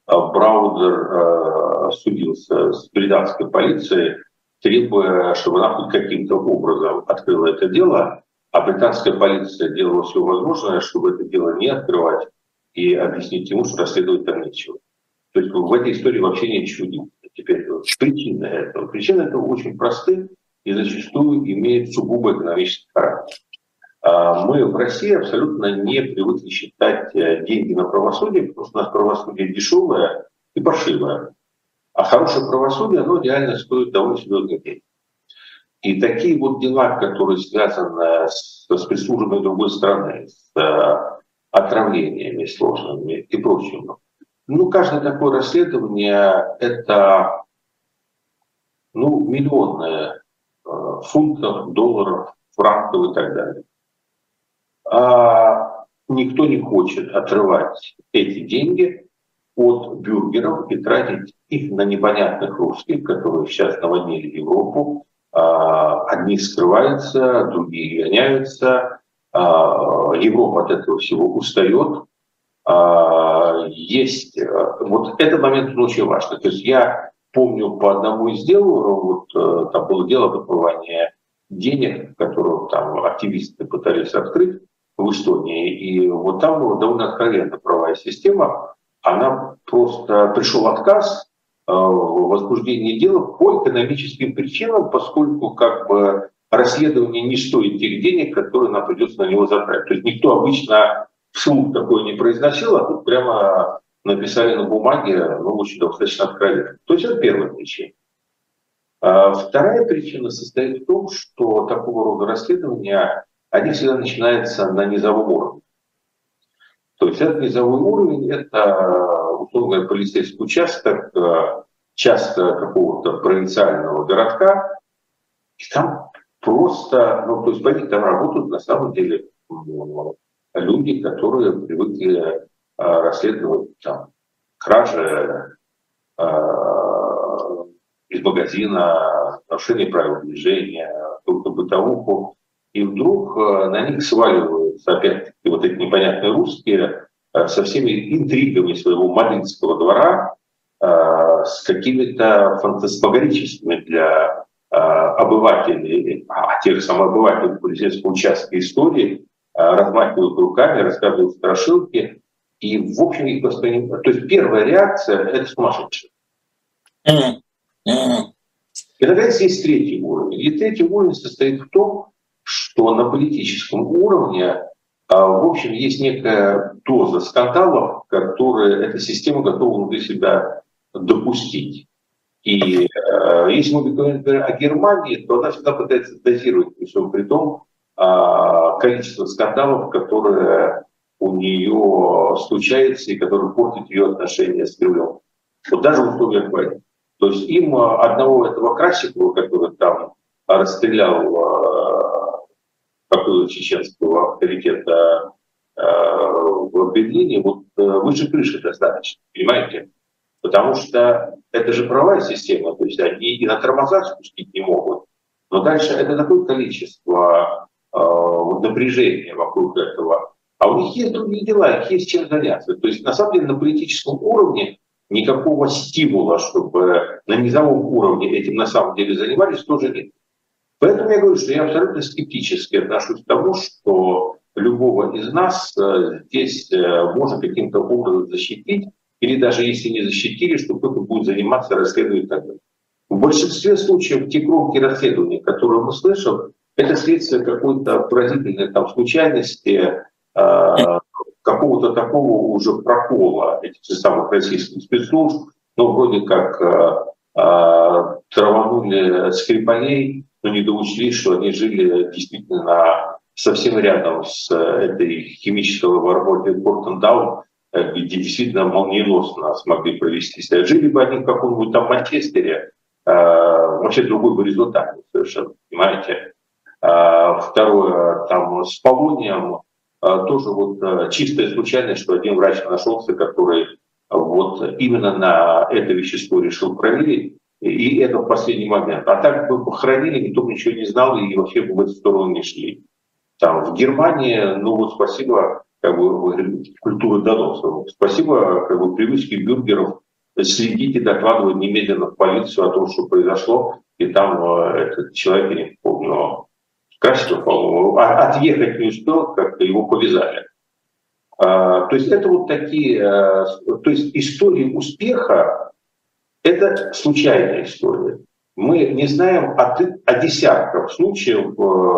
Браузер судился с британской полицией, требуя, чтобы она хоть каким-то образом открыла это дело, а британская полиция делала все возможное, чтобы это дело не открывать и объяснить ему, что расследовать там нечего. То есть в этой истории вообще ничего нет. Теперь причины этого очень просты и зачастую имеют сугубо экономический характер. Мы в России абсолютно не привыкли считать деньги на правосудие, потому что у нас правосудие дешевое и паршивое. А хорошее правосудие, оно реально стоит довольно серьезных денег. И такие вот дела, которые связаны с спецслужбами другой страны, с отравлениями сложными и прочим. Ну, каждое такое расследование – это миллионы фунтов, долларов, франков и так далее. А никто не хочет отрывать эти деньги от бюргеров и тратить их на непонятных русских, которые сейчас наводнили Европу. Одни скрываются, другие гоняются. Европа от этого всего устает. Есть вот этот момент очень важный. То есть я помню по одному из дел, там было дело об отмывании денег, которое там активисты пытались открыть в Эстонии, и вот там была довольно откровенная правовая система. Она просто пришел отказ в возбуждении дела по экономическим причинам, поскольку как бы расследование не стоит тех денег, которые нам придется на него затратить. То есть никто обычно вслух такое не произносил, а тут прямо написали на бумаге, очень достаточно откровенно. То есть это первая причина. Вторая причина состоит в том, что такого рода расследования, они всегда начинаются на низовом уровне. То есть этот низовой уровень – это, условно говоря, полицейский участок, часто какого-то провинциального городка, и там просто, то есть по ним там работают на самом деле люди, которые привыкли расследовать там кражи из магазина, нарушение правил движения, какую-то бытовуху, и вдруг на них сваливаются опять-таки вот эти непонятные русские со всеми интригами своего мадридского двора, с какими-то фантасмагорическими для обывателей, тех самых обывателей полицейского участка истории, размахивают руками, рассказывают страшилки, и в общем их воспринимают. То есть первая реакция – это сумасшедшие. И, наконец, есть третий уровень. И третий уровень состоит в том, что на политическом уровне, в общем, есть некая доза скандалов, которые эта система готова внутри себя допустить. И если мы говорим, например, о Германии, то она всегда пытается дозировать при всем при том количество скандалов, которые у нее случаются и которые портят ее отношения с Кремлем. Вот даже в условиях войны. То есть им одного этого Красикова, который там расстрелял какого-то чеченского авторитета в Берлине, вот выше крыши достаточно, понимаете? Потому что это же правовая система, то есть они и на тормозах спустить не могут. Но дальше это такое количество напряжения вокруг этого. А у них есть другие дела, их есть чем заняться. То есть на самом деле на политическом уровне никакого стимула, чтобы на низовом уровне этим на самом деле занимались, тоже нет. Поэтому я говорю, что я абсолютно скептически отношусь к тому, что любого из нас здесь можно каким-то образом защитить, или даже если не защитили, что кто-то будет заниматься расследованием и так далее. В большинстве случаев те громкие расследования, которые мы слышим, это следствие какой-то поразительной там случайности, какого-то такого уже прокола этих же самых российских спецслужб, вроде как траванули Скрипалей, но не доучли, что они жили действительно совсем рядом с этой химической лабораторией Портендаун, где действительно молниеносно смогли провести себя. Жили бы они в каком-нибудь там Манчестере, вообще другой бы результат совершенно, понимаете. Второе, там с полонием, тоже вот чистая случайность, что один врач нашелся, который вот именно на это вещество решил проверить, и это в последний момент. А так бы похоронили, никто ничего не знал и вообще бы в эту сторону не шли. Там в Германии, спасибо, культура доносов. Спасибо, привычке бюргеров следить и докладывать немедленно в полицию о том, что произошло. И там этот человек, я не помню, Красиков, по-моему, отъехать не успел, как его повязали. То есть это вот такие, то есть истории успеха – это случайная история. Мы не знаем о десятках случаев,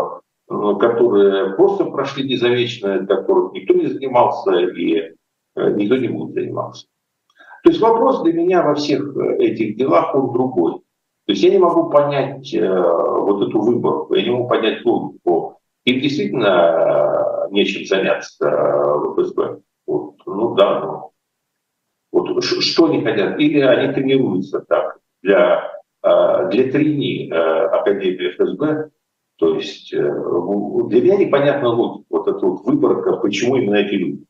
которые просто прошли незамеченно, которых никто не занимался и никто не будет заниматься. То есть вопрос для меня во всех этих делах, он другой. То есть я не могу понять вот эту выборку, я не могу понять логику. Им действительно нечем заняться в ФСБ. Вот, ну да, ну. Вот что они хотят? Или они тренируются так для трени Академии ФСБ. То есть для меня непонятна логика, вот эта вот выборка, почему именно эти люди.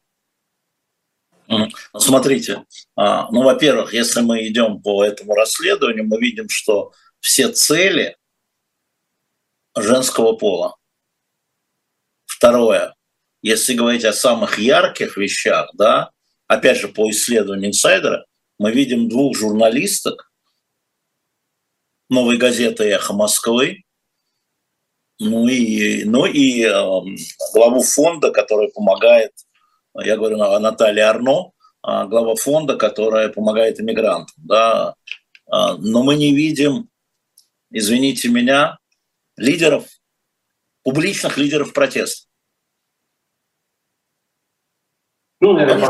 Смотрите, ну, во-первых, если мы идем по этому расследованию, мы видим, что все цели женского пола. Второе, если говорить о самых ярких вещах, да, опять же, по исследованию инсайдера, мы видим 2 журналисток «Новой газеты» и «Эхо Москвы», ну и главу фонда, который помогает, я говорю о Наталье Арно, глава фонда, которая помогает иммигрантам. Да. Но мы не видим, извините меня, лидеров, публичных лидеров протеста. Ну, наверное,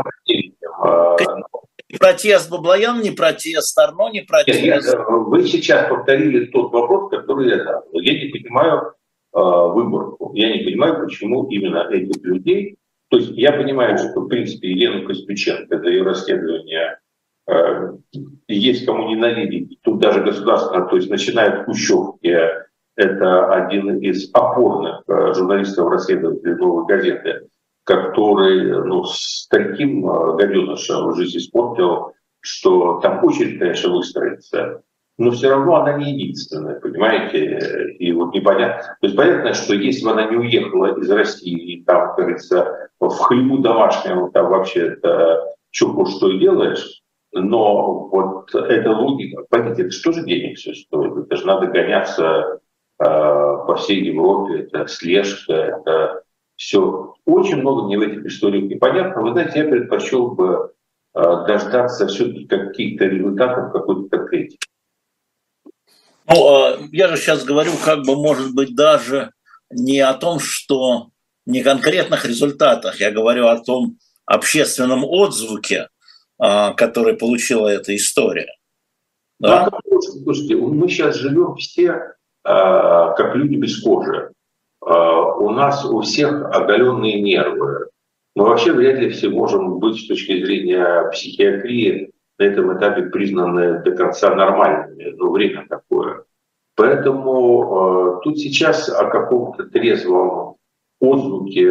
протест Баблоян, не протест, Арно, не протест. Вы сейчас повторили тот вопрос, который я задал. Я не понимаю выборку. Я не понимаю, почему именно этих людей. То есть я понимаю, что, в принципе, Елену Костюченко, это ее расследование, есть кому ненавидеть. Тут даже государственно, то есть начиная от Хрущевки, это один из опорных журналистов-расследователей «Новой газеты», который с таким гаденышем жизнь испортил, что там очередь, конечно, выстроится, но все равно она не единственная, понимаете? И вот непонятно. То есть понятно, что если бы она не уехала из России и там, как говорится, в хлебу домашнем, там вообще что делаешь, но вот эта логика, понимаете, это что же денег все стоит? Это же надо гоняться по всей Европе, это слежка, это все. Очень много мне в этих историях непонятно. Вы знаете, я предпочел бы дождаться все-таки каких-то результатов, какой-то конкретики. Ну, я же сейчас говорю, как бы, может быть, даже не о том, что не конкретных результатах, я говорю о том общественном отзвуке, который получила эта история. Да? Слушайте, мы сейчас живем все как люди без кожи. У нас у всех оголенные нервы. Мы вообще вряд ли все можем быть с точки зрения психиатрии на этом этапе признаны до конца нормальными. Но время такое. Поэтому тут сейчас о каком-то трезвом отзвуке,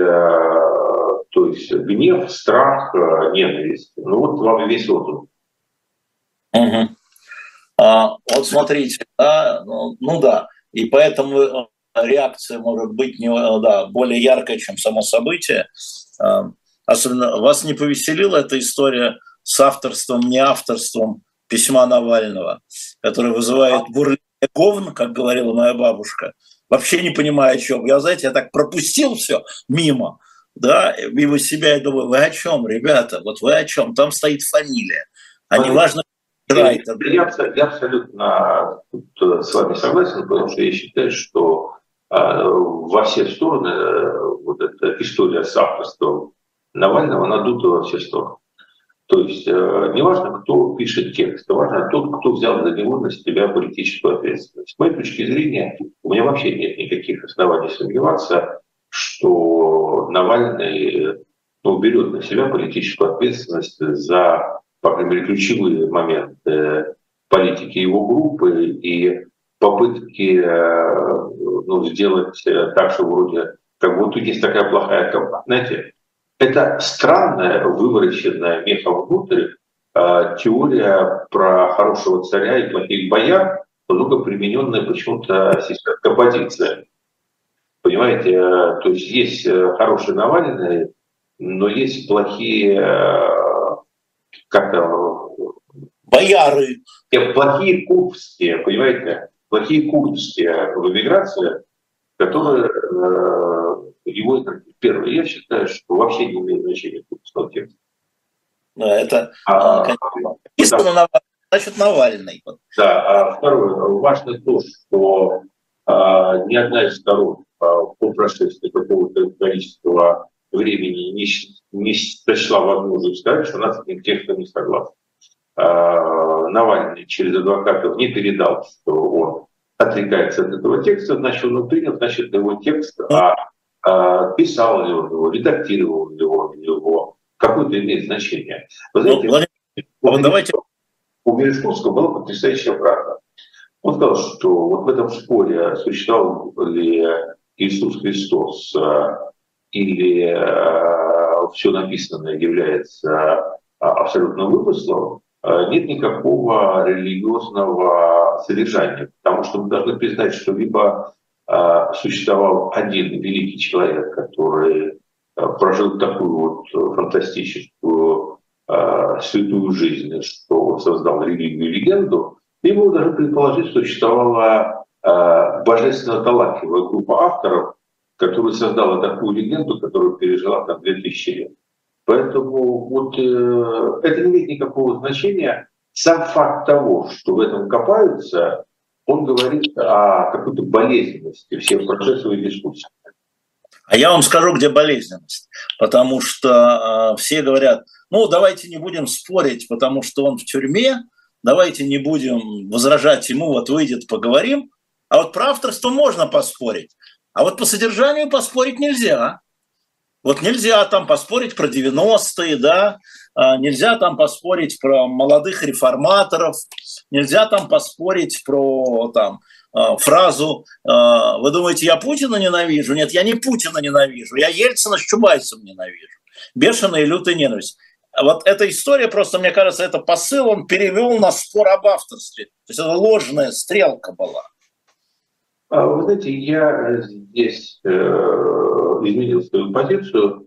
то есть гнев, страх, ненависть. Ну вот вам и весь отзвук. Угу. Вот смотрите, да, да, и поэтому реакция может быть более яркая, чем само событие. Особенно вас не повеселила эта история с авторством, неавторством письма Навального, которое вызывает бурление говн, как говорила моя бабушка, вообще не понимаю, о чем. Я так пропустил все мимо, да, мимо себя, и думаю, вы о чем, ребята, вот вы о чем? Там стоит фамилия, а не важно. Я абсолютно тут с вами согласен, потому что я считаю, что во все стороны вот эта история с авторством Навального надута во все стороны. То есть не важно, кто пишет текст, важно тот, кто взял за него на себя политическую ответственность. С моей точки зрения, у меня вообще нет никаких оснований сомневаться, что Навальный берет на себя политическую ответственность за, по крайней мере, ключевые моменты политики его группы и попытки сделать так, что вроде как будто есть такая плохая компания. Знаете, это странная, вывороченная мехом внутрь теория про хорошего царя и плохих бояр, много примененная почему-то сейчас к оппозиции. Понимаете, то есть хорошие Навальные, но есть плохие бояры. Плохие курбские, понимаете? Плохие курбские в эмиграции, которые его первое. Я считаю, что вообще не имеет значения курбского текста. Это значит Навальный. Да, а второе. Важно то, что ни одна из сторон по прошествии какого-то количества времени не сочла возможность сказать, что она с этим текстом не согласна. Навальный через адвокатов не передал, что он отрекается от этого текста, значит, он принял, значит, его текст, писал ли он его, редактировал ли он его, какое-то имеет значение. Вы знаете, у Мережковского была потрясающая правда. Он сказал, что вот в этом споре, существовал ли Иисус Христос или все написанное является абсолютным вымыслом, нет никакого религиозного содержания. Потому что мы должны признать, что либо существовал один великий человек, который прожил такую вот фантастическую святую жизнь, что он создал религию и легенду, либо мы должны предположить, что существовала божественно талантливая группа авторов, которая создала такую легенду, которая пережила там 2000 лет. Поэтому вот, это не имеет никакого значения. Сам факт того, что в этом копаются, он говорит о какой-то болезненности всех процессов и дискуссий. А я вам скажу, где болезненность. Потому что все говорят, ну давайте не будем спорить, потому что он в тюрьме, давайте не будем возражать ему, вот выйдет, поговорим. А вот про авторство можно поспорить, а вот по содержанию поспорить нельзя. Вот нельзя там поспорить про 90-е, да, нельзя там поспорить про молодых реформаторов, нельзя там поспорить про там, фразу «Вы думаете, я Путина ненавижу?» Нет, я не Путина ненавижу, я Ельцина с Чубайсом ненавижу. Бешеная и лютая ненависть. Вот эта история просто, мне кажется, это посыл, он перевел на спор об авторстве. То есть это ложная стрелка была. Вы знаете, я здесь изменил свою позицию.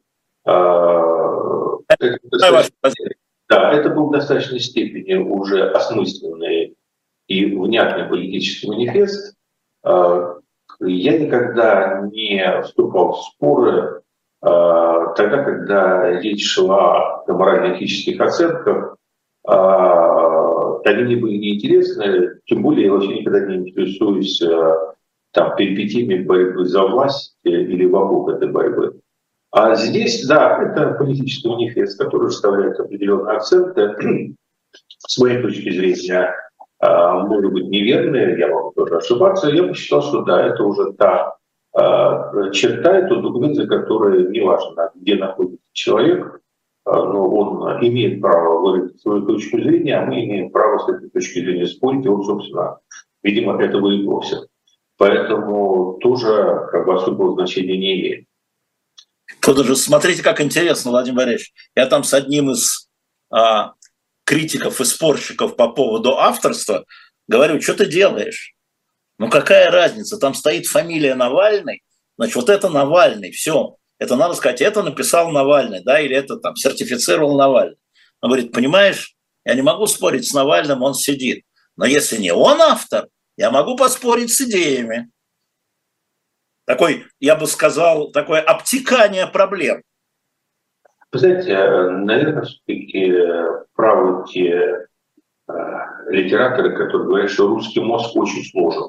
Это был в достаточной степени уже осмысленный и внятный политический манифест. Я никогда не вступал в споры тогда, когда речь шла о морально-этических оценках. Они мне были неинтересны, тем более я вообще никогда не интересуюсь там, перипетиями борьбы за власть или вокруг этой борьбы. А здесь, да, это политический манифест, который расставляет определенные акценты. С моей точки зрения, может быть, неверные, я могу тоже ошибаться. Я бы считал, что да, это уже та черта, это документ, за который неважно, где находится человек, но он имеет право выразить свою точку зрения, а мы имеем право с этой точки зрения спорить, и он, собственно, видимо, этого и просит. Поэтому тоже как бы особого значения не имеет. Тоже смотрите, как интересно, Владимир Борисович. Я там с одним из критиков и спорщиков по поводу авторства говорю, что ты делаешь? Ну какая разница? Там стоит фамилия Навальный, значит, вот это Навальный, все. Это надо сказать, это написал Навальный, да, или это там сертифицировал Навальный. Он говорит, понимаешь, я не могу спорить с Навальным, он сидит. Но если не он автор, я могу поспорить с идеями. Такой, я бы сказал, такое обтекание проблем. Вы знаете, наверное, все-таки правы те литераторы, которые говорят, что русский мозг очень сложен.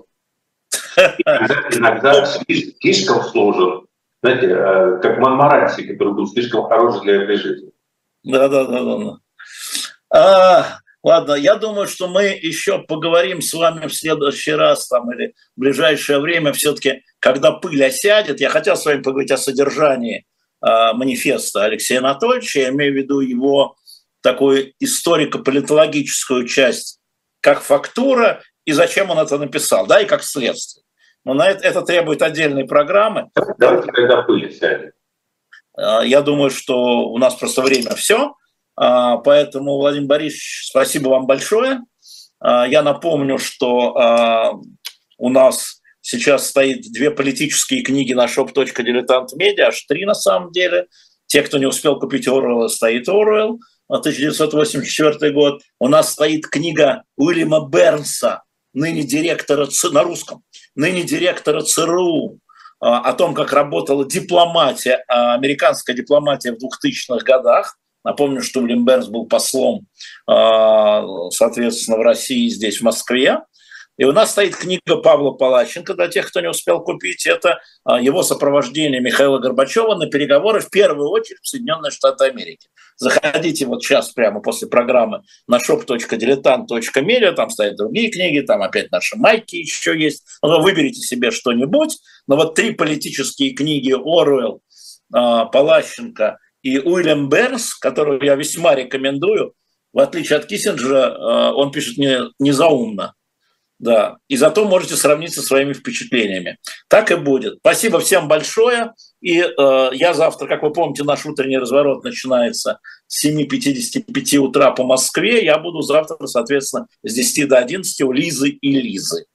Иногда слишком сложен. Знаете, как Монмаранси, который был слишком хорош для этой жизни. Да. Ладно, я думаю, что мы еще поговорим с вами в следующий раз там, или в ближайшее время, все-таки, когда пыль осядет. Я хотел с вами поговорить о содержании манифеста Алексея Анатольевича. Я имею в виду его такую историко-политологическую часть, как фактура, и зачем он это написал, да, и как следствие. Но на это требует отдельной программы. Давайте, когда пыль сядет. Я думаю, что у нас просто время все. Поэтому, Владимир Борисович, спасибо вам большое. Я напомню, что у нас сейчас стоит 2 политические книги на shop.diletant.media, аж 3 на самом деле. Те, кто не успел купить Оруэлла, стоит Оруэлл, 1984 год. У нас стоит книга Уильяма Бернса, ныне директора на русском, ныне директора ЦРУ, о том, как работала дипломатия, американская дипломатия в 2000-х годах. Напомню, что Уильям Бернс был послом, соответственно, в России, здесь, в Москве. И у нас стоит книга Павла Палащенко, для тех, кто не успел купить. Это его сопровождение Михаила Горбачева на переговоры в первую очередь в Соединенные Штаты Америки. Заходите вот сейчас прямо после программы на shop.diletant.media, там стоят другие книги, там опять наши майки еще есть. Вы выберите себе что-нибудь. Но вот 3 политические книги Оруэлл, Палащенко и Уильям Бернс, которую я весьма рекомендую, в отличие от Киссинджера, он пишет не заумно. Да, и зато можете сравнить со своими впечатлениями. Так и будет. Спасибо всем большое. И я завтра, как вы помните, наш утренний разворот начинается с 7:55 утра по Москве. Я буду завтра, соответственно, с 10 до 11 у Лизы и Лизы.